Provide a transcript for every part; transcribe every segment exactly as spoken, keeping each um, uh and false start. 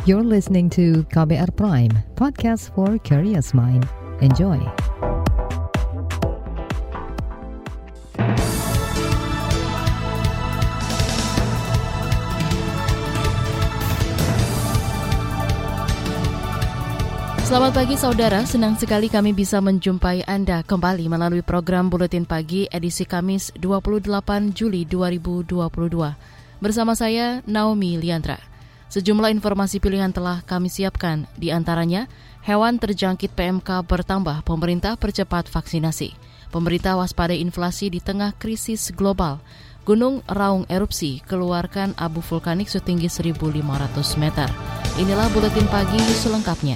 You're listening to K B R Prime, podcast for curious mind. Enjoy. Selamat pagi saudara, senang sekali kami bisa menjumpai Anda kembali melalui program Buletin Pagi edisi Kamis dua puluh delapan Juli dua ribu dua puluh dua. Bersama saya Naomi Liandra. Sejumlah informasi pilihan telah kami siapkan, di antaranya hewan terjangkit P M K bertambah, pemerintah percepat vaksinasi. Pemerintah waspada inflasi di tengah krisis global. Gunung Raung erupsi, keluarkan abu vulkanik setinggi seribu lima ratus meter. Inilah Buletin Pagi selengkapnya.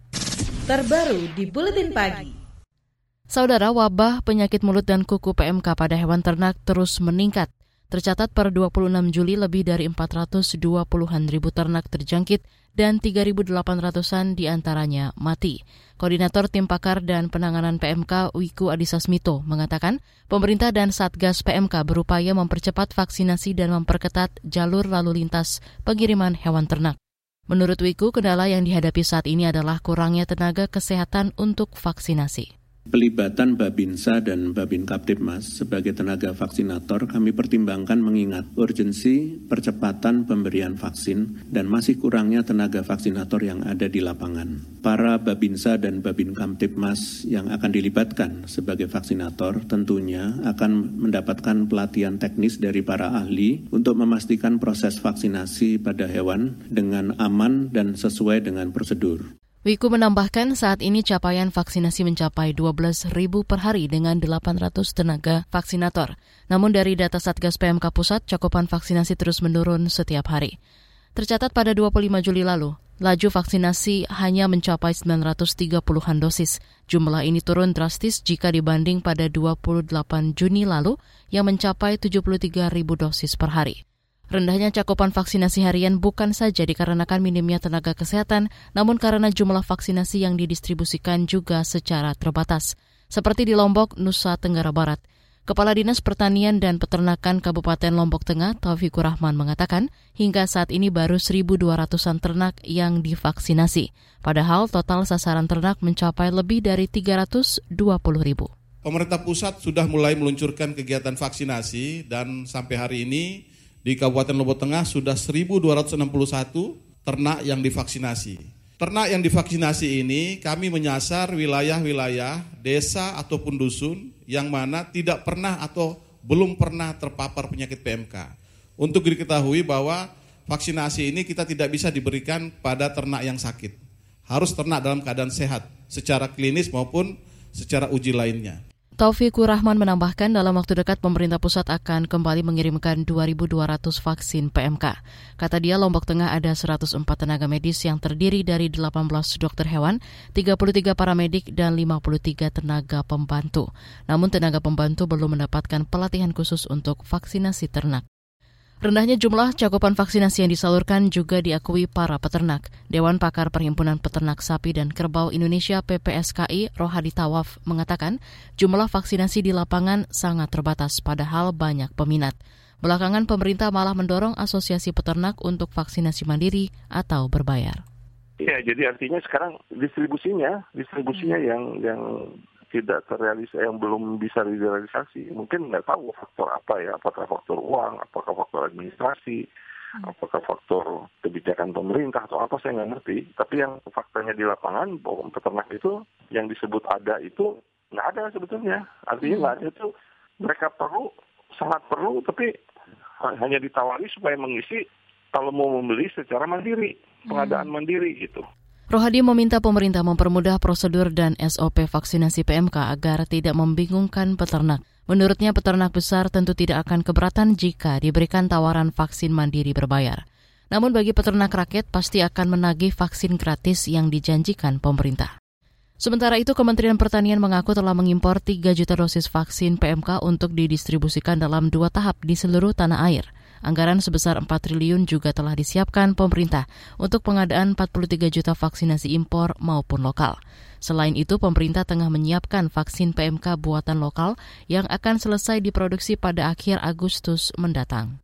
Terbaru di Buletin Pagi. Saudara, wabah penyakit mulut dan kuku P M K pada hewan ternak terus meningkat. Tercatat per dua puluh enam Juli lebih dari empat ratus dua puluhan ribu ternak terjangkit dan tiga ribu delapan ratusan diantaranya mati. Koordinator Tim Pakar dan Penanganan P M K Wiku Adhisa Smito mengatakan pemerintah dan Satgas P M K berupaya mempercepat vaksinasi dan memperketat jalur lalu lintas pengiriman hewan ternak. Menurut Wiku, kendala yang dihadapi saat ini adalah kurangnya tenaga kesehatan untuk vaksinasi. Pelibatan Babinsa dan Babin Kaptipmas sebagai tenaga vaksinator kami pertimbangkan mengingat urgensi percepatan pemberian vaksin dan masih kurangnya tenaga vaksinator yang ada di lapangan. Para Babinsa dan Babin Kaptipmas yang akan dilibatkan sebagai vaksinator tentunya akan mendapatkan pelatihan teknis dari para ahli untuk memastikan proses vaksinasi pada hewan dengan aman dan sesuai dengan prosedur. Wiku menambahkan saat ini capaian vaksinasi mencapai dua belas ribu per hari dengan delapan ratus tenaga vaksinator. Namun dari data Satgas P M K Pusat, cakupan vaksinasi terus menurun setiap hari. Tercatat pada dua puluh lima Juli lalu, laju vaksinasi hanya mencapai sembilan ratus tiga puluhan dosis. Jumlah ini turun drastis jika dibanding pada dua puluh delapan Juni lalu yang mencapai tujuh puluh tiga ribu dosis per hari. Rendahnya cakupan vaksinasi harian bukan saja dikarenakan minimnya tenaga kesehatan, namun karena jumlah vaksinasi yang didistribusikan juga secara terbatas. Seperti di Lombok, Nusa Tenggara Barat. Kepala Dinas Pertanian dan Peternakan Kabupaten Lombok Tengah, Taufikur Rahman mengatakan, hingga saat ini baru seribu dua ratusan ternak yang divaksinasi. Padahal total sasaran ternak mencapai lebih dari tiga ratus dua puluh ribu. Pemerintah pusat sudah mulai meluncurkan kegiatan vaksinasi dan sampai hari ini di Kabupaten Lombok Tengah sudah seribu dua ratus enam puluh satu ternak yang divaksinasi. Ternak yang divaksinasi ini kami menyasar wilayah-wilayah, desa ataupun dusun yang mana tidak pernah atau belum pernah terpapar penyakit P M K. Untuk diketahui bahwa vaksinasi ini kita tidak bisa diberikan pada ternak yang sakit. Harus ternak dalam keadaan sehat secara klinis maupun secara uji lainnya. Taufikur Rahman menambahkan dalam waktu dekat pemerintah pusat akan kembali mengirimkan dua ribu dua ratus vaksin P M K. Kata dia, Lombok Tengah ada seratus empat tenaga medis yang terdiri dari delapan belas dokter hewan, tiga puluh tiga paramedik, dan lima puluh tiga tenaga pembantu. Namun tenaga pembantu belum mendapatkan pelatihan khusus untuk vaksinasi ternak. Rendahnya jumlah cakupan vaksinasi yang disalurkan juga diakui para peternak. Dewan Pakar Perhimpunan Peternak Sapi dan Kerbau Indonesia P P S K I, Rohadi Tawaf, mengatakan jumlah vaksinasi di lapangan sangat terbatas, padahal banyak peminat. Belakangan pemerintah malah mendorong asosiasi peternak untuk vaksinasi mandiri atau berbayar. Iya, jadi artinya sekarang distribusinya, distribusinya hmm. yang yang tidak terrealisasi, yang belum bisa direalisasi. Mungkin nggak tahu faktor apa ya, apakah faktor uang, apakah faktor administrasi, hmm. apakah faktor kebijakan pemerintah atau apa, saya nggak ngerti. Tapi yang faktanya di lapangan, bahwa peternak itu yang disebut ada itu nggak ada sebetulnya. Artinya nggak ada itu, mereka perlu, sangat perlu, tapi hanya ditawari supaya mengisi kalau mau membeli secara mandiri, pengadaan hmm. mandiri gitu. Rohadi meminta pemerintah mempermudah prosedur dan S O P vaksinasi P M K agar tidak membingungkan peternak. Menurutnya peternak besar tentu tidak akan keberatan jika diberikan tawaran vaksin mandiri berbayar. Namun bagi peternak rakyat pasti akan menagih vaksin gratis yang dijanjikan pemerintah. Sementara itu, Kementerian Pertanian mengaku telah mengimpor tiga juta dosis vaksin P M K untuk didistribusikan dalam dua tahap di seluruh tanah air. Anggaran sebesar empat triliun juga telah disiapkan pemerintah untuk pengadaan empat puluh tiga juta vaksinasi impor maupun lokal. Selain itu, pemerintah tengah menyiapkan vaksin P M K buatan lokal yang akan selesai diproduksi pada akhir Agustus mendatang.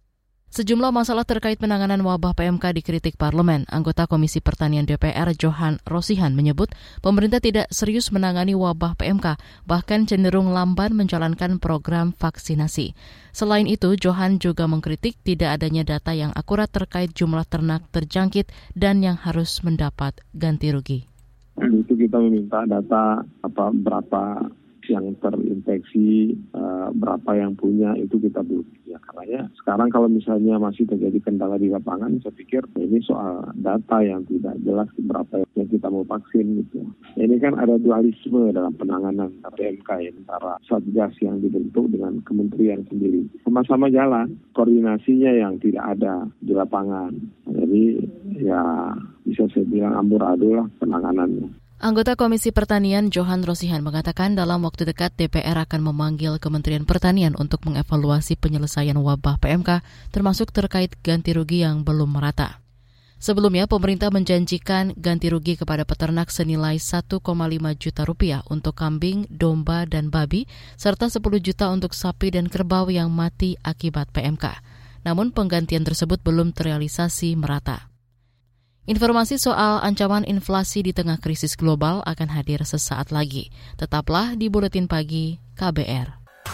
Sejumlah masalah terkait penanganan wabah P M K dikritik parlemen. Anggota Komisi Pertanian D P R Johan Rosihan menyebut pemerintah tidak serius menangani wabah P M K, bahkan cenderung lamban menjalankan program vaksinasi. Selain itu, Johan juga mengkritik tidak adanya data yang akurat terkait jumlah ternak terjangkit dan yang harus mendapat ganti rugi. Itu kita meminta data apa berapa yang terinfeksi, uh, berapa yang punya, itu kita belum punya. Karena sekarang kalau misalnya masih terjadi kendala di lapangan, saya pikir ini soal data yang tidak jelas berapa yang kita mau vaksin gitu. Ini kan ada dualisme dalam penanganan P M K ya, antara Satgas yang dibentuk dengan kementerian sendiri. Sama-sama jalan, koordinasinya yang tidak ada di lapangan. Jadi ya bisa saya bilang amburadul lah penanganannya. Anggota Komisi Pertanian Johan Rosihan mengatakan dalam waktu dekat D P R akan memanggil Kementerian Pertanian untuk mengevaluasi penyelesaian wabah P M K, termasuk terkait ganti rugi yang belum merata. Sebelumnya, pemerintah menjanjikan ganti rugi kepada peternak senilai satu koma lima juta rupiah untuk kambing, domba, dan babi, serta sepuluh juta untuk sapi dan kerbau yang mati akibat P M K. Namun penggantian tersebut belum terrealisasi merata. Informasi soal ancaman inflasi di tengah krisis global akan hadir sesaat lagi. Tetaplah di Buletin Pagi K B R.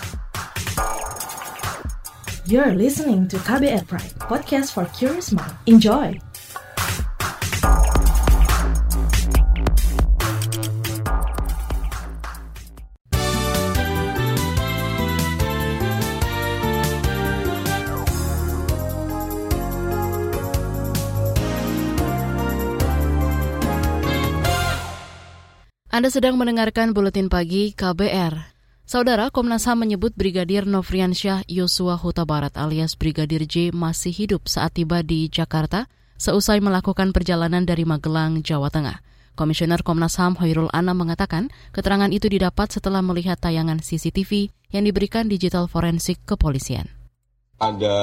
You're listening to K B R Prime, podcast for curious mind. Enjoy! Anda sedang mendengarkan Buletin Pagi K B R. Saudara, Komnas H A M menyebut Brigadir Nofriansyah Yosua Huta Barat alias Brigadir J masih hidup saat tiba di Jakarta seusai melakukan perjalanan dari Magelang, Jawa Tengah. Komisioner Komnas H A M Hoirul Anam mengatakan keterangan itu didapat setelah melihat tayangan C C T V yang diberikan digital forensik kepolisian. Ada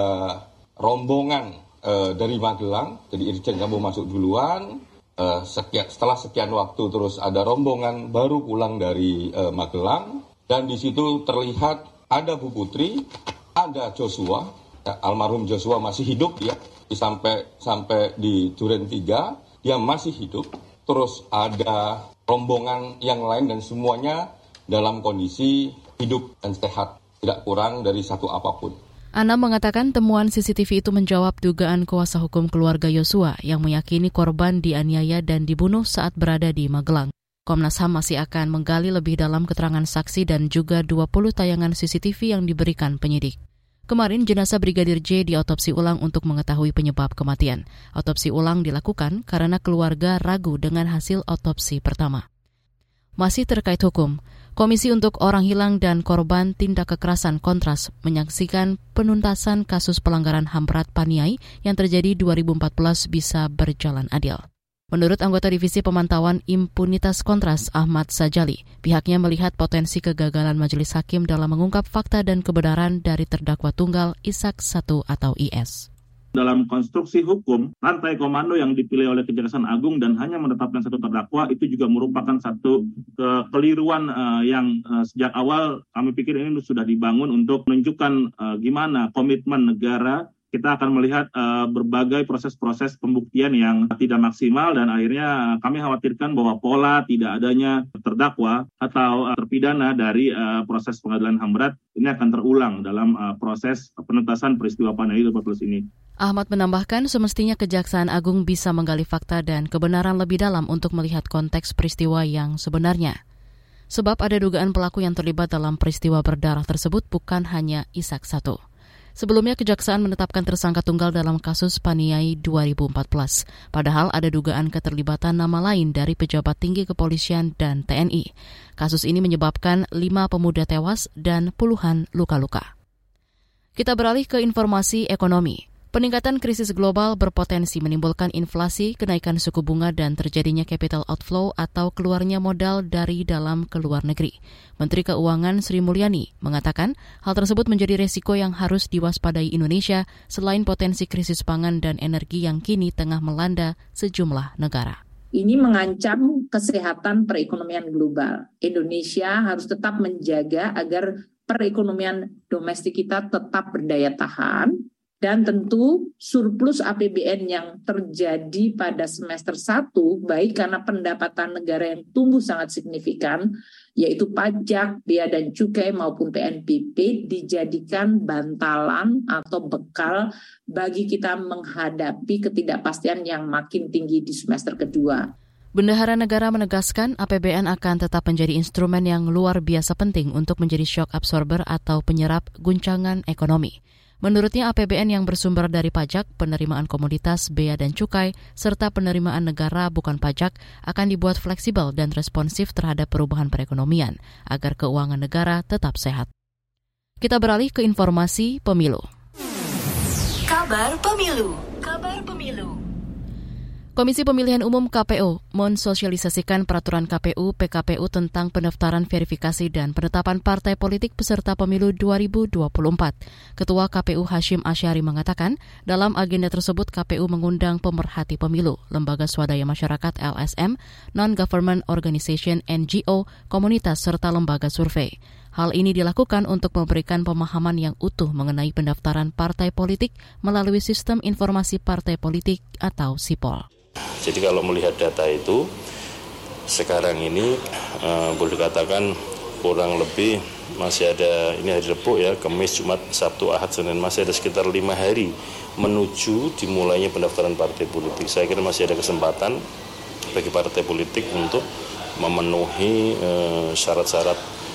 rombongan uh, dari Magelang, jadi Irjen kamu masuk duluan. Uh, sekian, setelah sekian waktu terus ada rombongan baru pulang dari uh, Magelang, dan di situ terlihat ada Bu Putri, ada Joshua, ya, almarhum Joshua masih hidup ya, sampai sampai di Duren tiga dia masih hidup. Terus ada rombongan yang lain dan semuanya dalam kondisi hidup dan sehat, tidak kurang dari satu apapun. Anam mengatakan temuan C C T V itu menjawab dugaan kuasa hukum keluarga Yosua yang meyakini korban dianiaya dan dibunuh saat berada di Magelang. Komnas H A M masih akan menggali lebih dalam keterangan saksi dan juga dua puluh tayangan C C T V yang diberikan penyidik. Kemarin jenazah Brigadir J diotopsi ulang untuk mengetahui penyebab kematian. Otopsi ulang dilakukan karena keluarga ragu dengan hasil otopsi pertama. Masih terkait hukum, Komisi untuk Orang Hilang dan Korban Tindak Kekerasan Kontras menyaksikan penuntasan kasus pelanggaran H A M berat Paniai yang terjadi dua ribu empat belas bisa berjalan adil. Menurut anggota Divisi Pemantauan Impunitas Kontras Ahmad Sajali, pihaknya melihat potensi kegagalan majelis hakim dalam mengungkap fakta dan kebenaran dari terdakwa tunggal Ishak satu atau I S. Dalam konstruksi hukum, rantai komando yang dipilih oleh Kejaksaan Agung dan hanya menetapkan satu terdakwa itu juga merupakan satu kekeliruan uh, yang uh, sejak awal kami pikir ini sudah dibangun untuk menunjukkan uh, gimana komitmen negara. Kita akan melihat uh, berbagai proses-proses pembuktian yang tidak maksimal dan akhirnya kami khawatirkan bahwa pola tidak adanya terdakwa atau uh, terpidana dari uh, proses pengadilan H A M berat ini akan terulang dalam uh, proses penuntasan peristiwa Paniai dua ribu empat belas ini. Ahmad menambahkan semestinya Kejaksaan Agung bisa menggali fakta dan kebenaran lebih dalam untuk melihat konteks peristiwa yang sebenarnya. Sebab ada dugaan pelaku yang terlibat dalam peristiwa berdarah tersebut bukan hanya Ishak satu. Sebelumnya Kejaksaan menetapkan tersangka tunggal dalam kasus Paniai dua ribu empat belas. Padahal ada dugaan keterlibatan nama lain dari pejabat tinggi kepolisian dan T N I. Kasus ini menyebabkan lima pemuda tewas dan puluhan luka-luka. Kita beralih ke informasi ekonomi. Peningkatan krisis global berpotensi menimbulkan inflasi, kenaikan suku bunga, dan terjadinya capital outflow atau keluarnya modal dari dalam ke luar negeri. Menteri Keuangan Sri Mulyani mengatakan hal tersebut menjadi resiko yang harus diwaspadai Indonesia selain potensi krisis pangan dan energi yang kini tengah melanda sejumlah negara. Ini mengancam kesehatan perekonomian global. Indonesia harus tetap menjaga agar perekonomian domestik kita tetap berdaya tahan, Dan tentu surplus A P B N yang terjadi pada semester satu, baik karena pendapatan negara yang tumbuh sangat signifikan, yaitu pajak, bea dan cukai maupun P N B P, dijadikan bantalan atau bekal bagi kita menghadapi ketidakpastian yang makin tinggi di semester kedua. Bendahara negara menegaskan A P B N akan tetap menjadi instrumen yang luar biasa penting untuk menjadi shock absorber atau penyerap guncangan ekonomi. Menurutnya A P B N yang bersumber dari pajak, penerimaan komoditas, bea dan cukai, serta penerimaan negara bukan pajak akan dibuat fleksibel dan responsif terhadap perubahan perekonomian agar keuangan negara tetap sehat. Kita beralih ke informasi pemilu. Kabar Pemilu. Kabar Pemilu. Komisi Pemilihan Umum K P U mensosialisasikan peraturan K P U P K P U tentang pendaftaran verifikasi dan penetapan partai politik peserta pemilu dua ribu dua puluh empat. Ketua K P U Hashim Asyari mengatakan, dalam agenda tersebut K P U mengundang pemerhati pemilu, lembaga swadaya masyarakat L S M, non-government organization N G O, komunitas serta lembaga survei. Hal ini dilakukan untuk memberikan pemahaman yang utuh mengenai pendaftaran partai politik melalui Sistem Informasi Partai Politik atau SIPOL. Jadi kalau melihat data itu, sekarang ini uh, boleh dikatakan kurang lebih masih ada, ini hari Rabu ya, Kamis, Jumat, Sabtu, Ahad, Senin, masih ada sekitar lima hari menuju dimulainya pendaftaran partai politik. Saya kira masih ada kesempatan bagi partai politik untuk memenuhi uh, syarat-syarat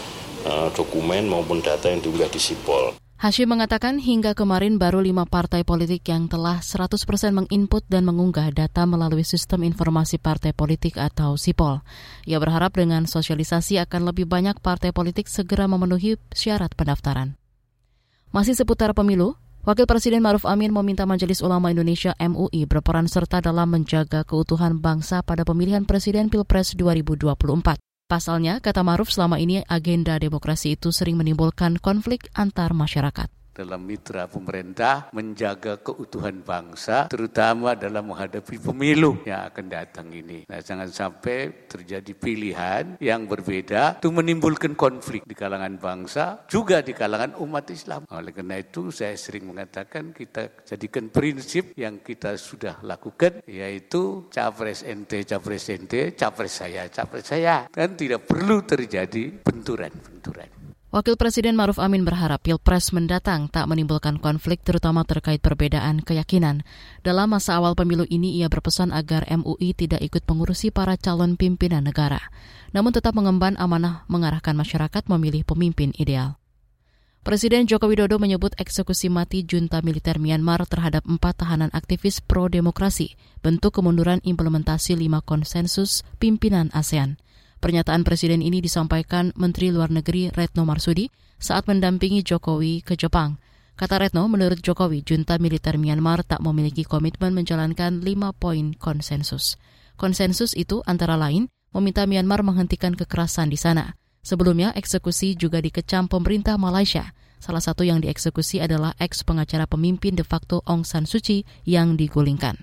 uh, dokumen maupun data yang diunggah di SIPOL. Hashim mengatakan hingga kemarin baru lima partai politik yang telah seratus persen menginput dan mengunggah data melalui Sistem Informasi Partai Politik atau SIPOL. Ia berharap dengan sosialisasi akan lebih banyak partai politik segera memenuhi syarat pendaftaran. Masih seputar pemilu, Wakil Presiden Ma'ruf Amin meminta Majelis Ulama Indonesia M U I berperan serta dalam menjaga keutuhan bangsa pada pemilihan Presiden Pilpres dua ribu dua puluh empat. Pasalnya, kata Ma'ruf, selama ini agenda demokrasi itu sering menimbulkan konflik antar masyarakat. Dalam mitra pemerintah menjaga keutuhan bangsa, terutama dalam menghadapi pemilu yang akan datang ini. Nah, jangan sampai terjadi pilihan yang berbeda itu menimbulkan konflik di kalangan bangsa, juga di kalangan umat Islam. Oleh karena itu, saya sering mengatakan kita jadikan prinsip yang kita sudah lakukan, yaitu capres ente, capres ente, capres saya, capres saya. Dan tidak perlu terjadi benturan-benturan. Wakil Presiden Ma'ruf Amin berharap Pilpres mendatang tak menimbulkan konflik terutama terkait perbedaan keyakinan. Dalam masa awal pemilu ini ia berpesan agar M U I tidak ikut mengurusi para calon pimpinan negara, namun tetap mengemban amanah mengarahkan masyarakat memilih pemimpin ideal. Presiden Joko Widodo menyebut eksekusi mati junta militer Myanmar terhadap empat tahanan aktivis pro-demokrasi, bentuk kemunduran implementasi lima konsensus pimpinan ASEAN. Pernyataan Presiden ini disampaikan Menteri Luar Negeri Retno Marsudi saat mendampingi Jokowi ke Jepang. Kata Retno, menurut Jokowi, junta militer Myanmar tak memiliki komitmen menjalankan lima poin konsensus. Konsensus itu antara lain meminta Myanmar menghentikan kekerasan di sana. Sebelumnya, eksekusi juga dikecam pemerintah Malaysia. Salah satu yang dieksekusi adalah ex-pengacara pemimpin de facto Aung San Suu Kyi yang digulingkan.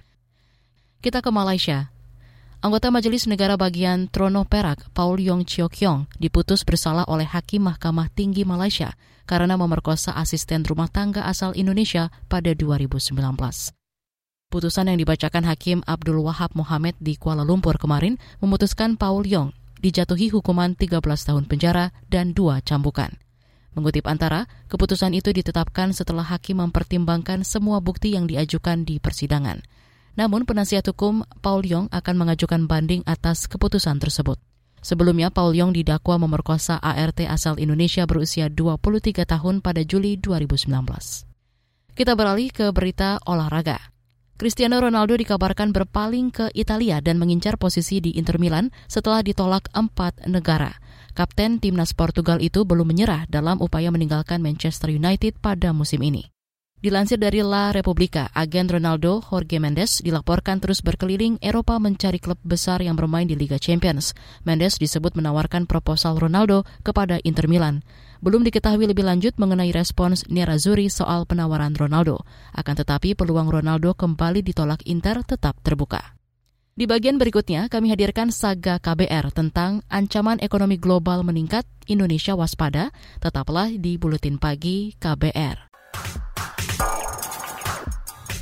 Kita ke Malaysia. Anggota Majelis Negara Bagian Trono Perak, Paul Yong Chio Kiong, diputus bersalah oleh Hakim Mahkamah Tinggi Malaysia karena memerkosa asisten rumah tangga asal Indonesia pada dua ribu sembilan belas. Putusan yang dibacakan Hakim Abdul Wahab Mohamed di Kuala Lumpur kemarin memutuskan Paul Yong dijatuhi hukuman tiga belas tahun penjara dan dua cambukan. Mengutip Antara, keputusan itu ditetapkan setelah Hakim mempertimbangkan semua bukti yang diajukan di persidangan. Namun, penasihat hukum Paul Yong akan mengajukan banding atas keputusan tersebut. Sebelumnya, Paul Yong didakwa memerkosa A R T asal Indonesia berusia dua puluh tiga tahun pada Juli dua ribu sembilan belas. Kita beralih ke berita olahraga. Cristiano Ronaldo dikabarkan berpaling ke Italia dan mengincar posisi di Inter Milan setelah ditolak empat negara. Kapten timnas Portugal itu belum menyerah dalam upaya meninggalkan Manchester United pada musim ini. Dilansir dari La Repubblica, agen Ronaldo, Jorge Mendes, dilaporkan terus berkeliling Eropa mencari klub besar yang bermain di Liga Champions. Mendes disebut menawarkan proposal Ronaldo kepada Inter Milan. Belum diketahui lebih lanjut mengenai respons Nerazzurri soal penawaran Ronaldo. Akan tetapi peluang Ronaldo kembali ditolak Inter tetap terbuka. Di bagian berikutnya, kami hadirkan saga K B R tentang ancaman ekonomi global meningkat, Indonesia waspada. Tetaplah di Buletin Pagi K B R.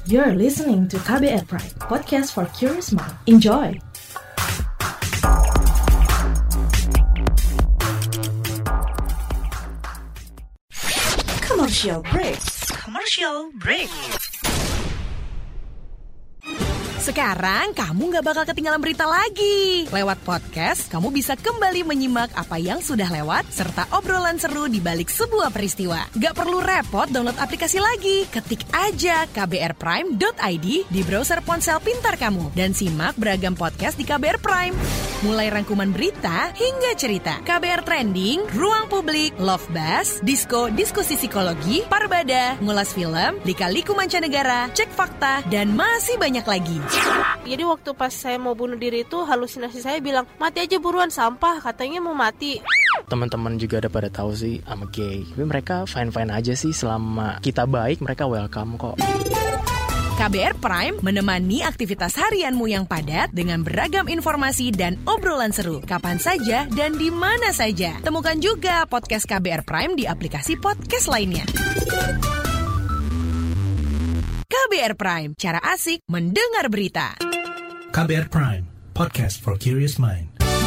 You're listening to K B R Prime, podcast for curious mind. Enjoy! Commercial break. Commercial break. Sekarang kamu gak bakal ketinggalan berita lagi. Lewat podcast, kamu bisa kembali menyimak apa yang sudah lewat serta obrolan seru di balik sebuah peristiwa. Gak perlu repot download aplikasi lagi. Ketik aja k b r prime dot i d di browser ponsel pintar kamu dan simak beragam podcast di K B R Prime. Mulai rangkuman berita hingga cerita. K B R Trending, Ruang Publik, Love Buzz, Disko, Diskusi Psikologi, Parbada, Ngulas Film, Lika-Liku Mancanegara, Cek Fakta, dan masih banyak lagi. Jadi waktu pas saya mau bunuh diri itu halusinasi saya bilang mati aja buruan, sampah katanya mau mati. Teman-teman juga ada pada tahu sih I'm gay, tapi mereka fine-fine aja sih selama kita baik, mereka welcome kok. K B R Prime menemani aktivitas harianmu yang padat dengan beragam informasi dan obrolan seru kapan saja dan di mana saja. Temukan juga podcast K B R Prime di aplikasi podcast lainnya. K B R Prime, cara asik mendengar berita. K B R Prime, podcast for curious mind.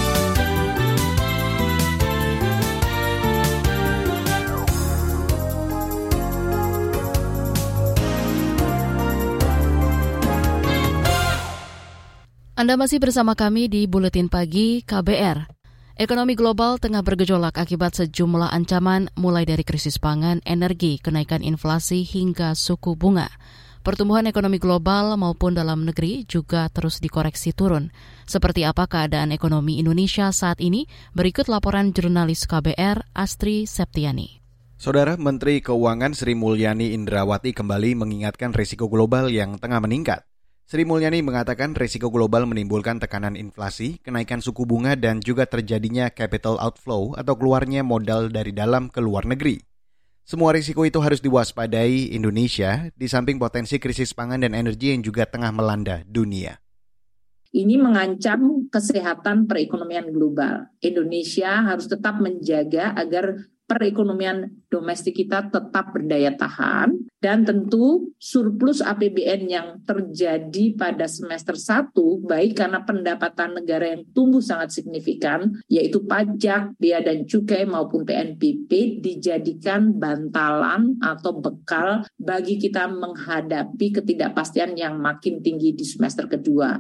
Anda masih bersama kami di Buletin Pagi K B R. Ekonomi global tengah bergejolak akibat sejumlah ancaman mulai dari krisis pangan, energi, kenaikan inflasi hingga suku bunga. Pertumbuhan ekonomi global maupun dalam negeri juga terus dikoreksi turun. Seperti apa keadaan ekonomi Indonesia saat ini? Berikut laporan jurnalis K B R Astri Septiani. Saudara Menteri Keuangan Sri Mulyani Indrawati kembali mengingatkan risiko global yang tengah meningkat. Sri Mulyani mengatakan risiko global menimbulkan tekanan inflasi, kenaikan suku bunga, dan juga terjadinya capital outflow atau keluarnya modal dari dalam ke luar negeri. Semua risiko itu harus diwaspadai Indonesia di samping potensi krisis pangan dan energi yang juga tengah melanda dunia. Ini mengancam kesehatan perekonomian global. Indonesia harus tetap menjaga agar perekonomian domestik kita tetap berdaya tahan dan tentu surplus A P B N yang terjadi pada semester satu baik karena pendapatan negara yang tumbuh sangat signifikan yaitu pajak, bea dan cukai maupun P N B P dijadikan bantalan atau bekal bagi kita menghadapi ketidakpastian yang makin tinggi di semester kedua.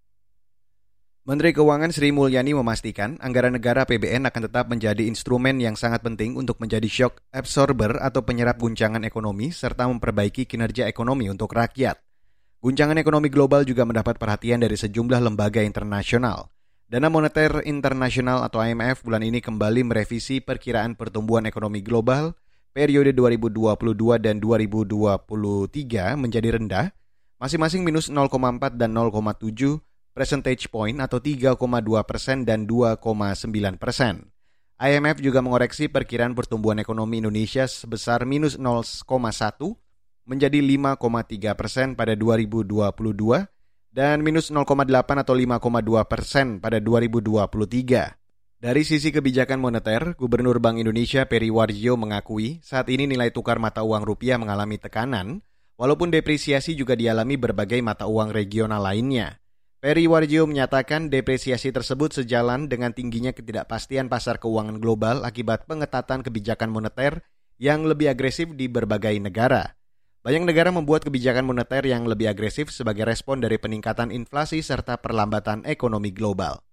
Menteri Keuangan Sri Mulyani memastikan anggaran negara A P B N akan tetap menjadi instrumen yang sangat penting untuk menjadi shock absorber atau penyerap guncangan ekonomi serta memperbaiki kinerja ekonomi untuk rakyat. Guncangan ekonomi global juga mendapat perhatian dari sejumlah lembaga internasional. Dana Moneter Internasional atau I M F bulan ini kembali merevisi perkiraan pertumbuhan ekonomi global periode dua ribu dua puluh dua dan dua ribu dua puluh tiga menjadi rendah, masing-masing minus nol koma empat dan nol koma tujuh percentage point atau tiga koma dua persen dan dua koma sembilan persen. I M F juga mengoreksi perkiraan pertumbuhan ekonomi Indonesia sebesar minus nol koma satu menjadi lima koma tiga persen pada dua ribu dua puluh dua dan minus nol koma delapan atau lima koma dua persen pada dua ribu dua puluh tiga. Dari sisi kebijakan moneter, Gubernur Bank Indonesia Peri Warjio mengakui saat ini nilai tukar mata uang rupiah mengalami tekanan, walaupun depresiasi juga dialami berbagai mata uang regional lainnya. Peri Warjio menyatakan depresiasi tersebut sejalan dengan tingginya ketidakpastian pasar keuangan global akibat pengetatan kebijakan moneter yang lebih agresif di berbagai negara. Banyak negara membuat kebijakan moneter yang lebih agresif sebagai respon dari peningkatan inflasi serta perlambatan ekonomi global.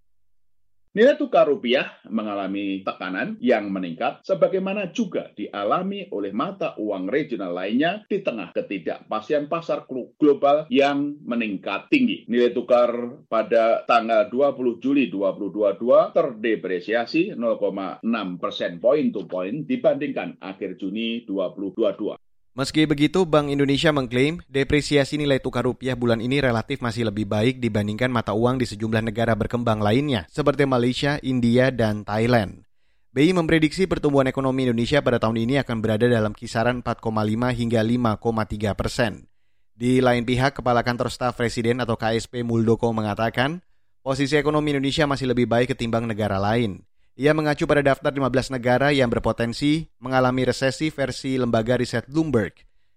Nilai tukar rupiah mengalami tekanan yang meningkat sebagaimana juga dialami oleh mata uang regional lainnya di tengah ketidakpastian pasar global yang meningkat tinggi. Nilai tukar pada tanggal dua puluh Juli dua ribu dua puluh dua terdepresiasi nol koma enam persen point to point dibandingkan akhir Juni dua ribu dua puluh dua. Meski begitu, Bank Indonesia mengklaim depresiasi nilai tukar rupiah bulan ini relatif masih lebih baik dibandingkan mata uang di sejumlah negara berkembang lainnya, seperti Malaysia, India, dan Thailand. B I memprediksi pertumbuhan ekonomi Indonesia pada tahun ini akan berada dalam kisaran empat koma lima hingga lima koma tiga persen. Di lain pihak, Kepala Kantor Staf Presiden atau K S P Muldoko mengatakan, posisi ekonomi Indonesia masih lebih baik ketimbang negara lain. Ia mengacu pada daftar lima belas negara yang berpotensi mengalami resesi versi lembaga riset Bloomberg.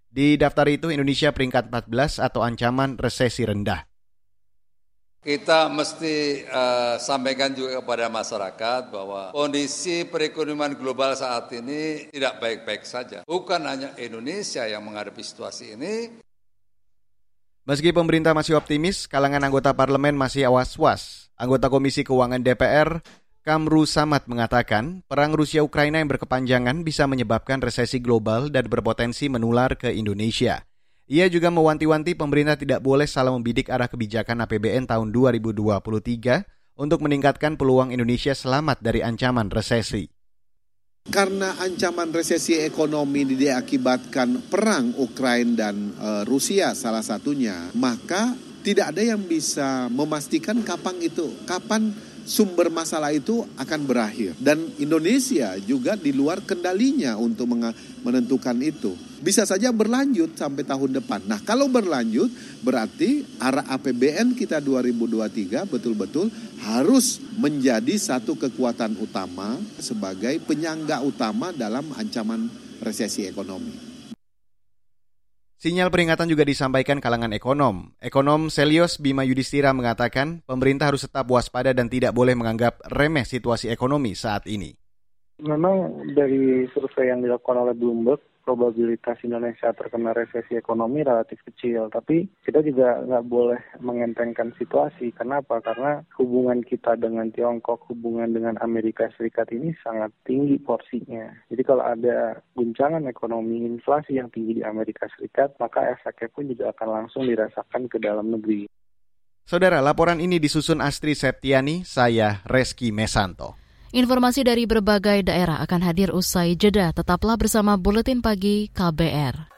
Di daftar itu Indonesia peringkat empat belas atau ancaman resesi rendah. Kita mesti uh, sampaikan juga kepada masyarakat bahwa kondisi perekonomian global saat ini tidak baik-baik saja. Bukan hanya Indonesia yang menghadapi situasi ini. Meski pemerintah masih optimis, kalangan anggota parlemen masih was-was. Anggota Komisi Keuangan D P R, Kamru Samad mengatakan, perang Rusia-Ukraina yang berkepanjangan bisa menyebabkan resesi global dan berpotensi menular ke Indonesia. Ia juga mewanti-wanti pemerintah tidak boleh salah membidik arah kebijakan A P B N tahun dua ribu dua puluh tiga untuk meningkatkan peluang Indonesia selamat dari ancaman resesi. Karena ancaman resesi ekonomi diakibatkan perang Ukraina dan e, Rusia salah satunya, maka tidak ada yang bisa memastikan kapan itu, kapan sumber masalah itu akan berakhir. Dan Indonesia juga di luar kendalinya untuk menentukan itu. Bisa saja berlanjut sampai tahun depan. Nah, kalau berlanjut berarti arah A P B N kita dua ribu dua puluh tiga betul-betul harus menjadi satu kekuatan utama sebagai penyangga utama dalam ancaman resesi ekonomi. Sinyal peringatan juga disampaikan kalangan ekonom. Ekonom Selios Bima Yudhistira mengatakan pemerintah harus tetap waspada dan tidak boleh menganggap remeh situasi ekonomi saat ini. Memang dari survei yang dilakukan oleh Bloomberg, probabilitas Indonesia terkena resesi ekonomi relatif kecil. Tapi kita juga nggak boleh mengentengkan situasi. Kenapa? Karena hubungan kita dengan Tiongkok, hubungan dengan Amerika Serikat ini sangat tinggi porsinya. Jadi kalau ada guncangan ekonomi, inflasi yang tinggi di Amerika Serikat, maka efeknya pun juga akan langsung dirasakan ke dalam negeri. Saudara, laporan ini disusun Astri Septiani, saya Reski Mesanto. Informasi dari berbagai daerah akan hadir usai jeda. Tetaplah bersama Buletin Pagi K B R.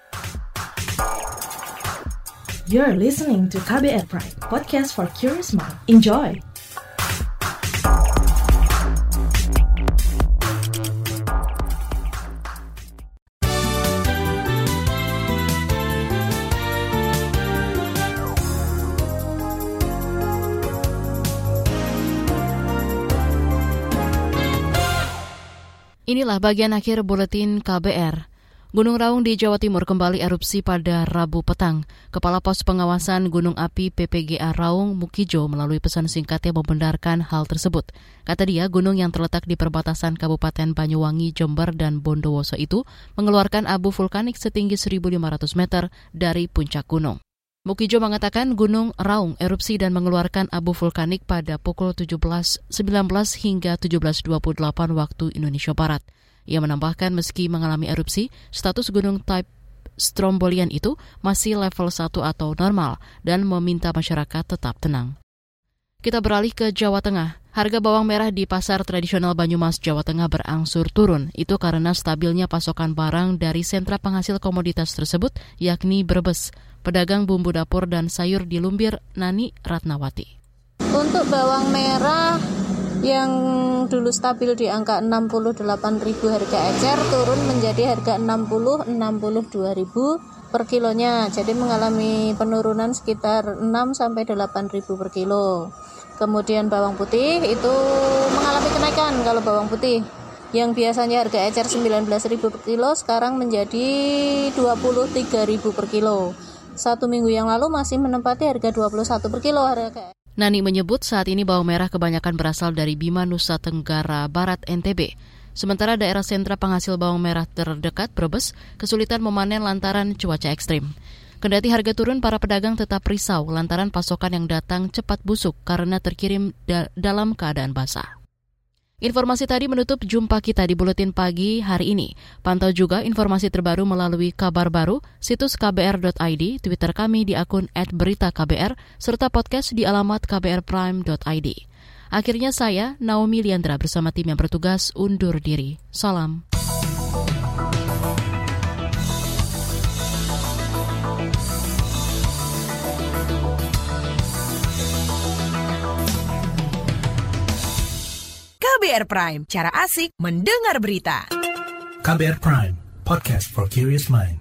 You're listening to K B R Prime, podcast for curious mind. Enjoy! Inilah bagian akhir buletin K B R. Gunung Raung di Jawa Timur kembali erupsi pada Rabu petang. Kepala Pos Pengawasan Gunung Api P P G A Raung, Mukijo, melalui pesan singkatnya membenarkan hal tersebut. Kata dia, gunung yang terletak di perbatasan Kabupaten Banyuwangi, Jember, dan Bondowoso itu mengeluarkan abu vulkanik setinggi seribu lima ratus meter dari puncak gunung. Mukijo mengatakan Gunung Raung erupsi dan mengeluarkan abu vulkanik pada pukul tujuh belas sembilan belas hingga tujuh belas dua puluh delapan waktu Indonesia Barat. Ia menambahkan meski mengalami erupsi, status gunung type Strombolian itu masih level satu atau normal dan meminta masyarakat tetap tenang. Kita beralih ke Jawa Tengah. Harga bawang merah di pasar tradisional Banyumas, Jawa Tengah berangsur turun. Itu karena stabilnya pasokan barang dari sentra penghasil komoditas tersebut, yakni Brebes. Pedagang bumbu dapur dan sayur di Lumbir, Nani Ratnawati. Untuk bawang merah yang dulu stabil di angka enam puluh delapan ribu harga ecer turun menjadi harga enam puluh sampai enam puluh dua ribu per kilonya. Jadi mengalami penurunan sekitar enam sampai delapan ribu per kilo. Kemudian bawang putih itu mengalami kenaikan kalau bawang putih. Yang biasanya harga ecer sembilan belas ribu per kilo sekarang menjadi dua puluh tiga ribu per kilo. Satu minggu yang lalu masih menempati harga dua puluh satu per kilo harga. Nani menyebut saat ini bawang merah kebanyakan berasal dari Bima, Nusa Tenggara Barat, N T B. Sementara daerah sentra penghasil bawang merah terdekat, Brebes, kesulitan memanen lantaran cuaca ekstrim. Kendati harga turun, para pedagang tetap risau lantaran pasokan yang datang cepat busuk karena terkirim da- dalam keadaan basah. Informasi tadi menutup jumpa kita di Buletin Pagi hari ini. Pantau juga informasi terbaru melalui kabar baru, situs k b r dot i d, Twitter kami di akun et berita k b r, serta podcast di alamat k b r prime dot i d. Akhirnya saya, Naomi Liandra, bersama tim yang bertugas undur diri. Salam. K B R Prime, cara asik mendengar berita. K B R Prime, podcast for curious mind.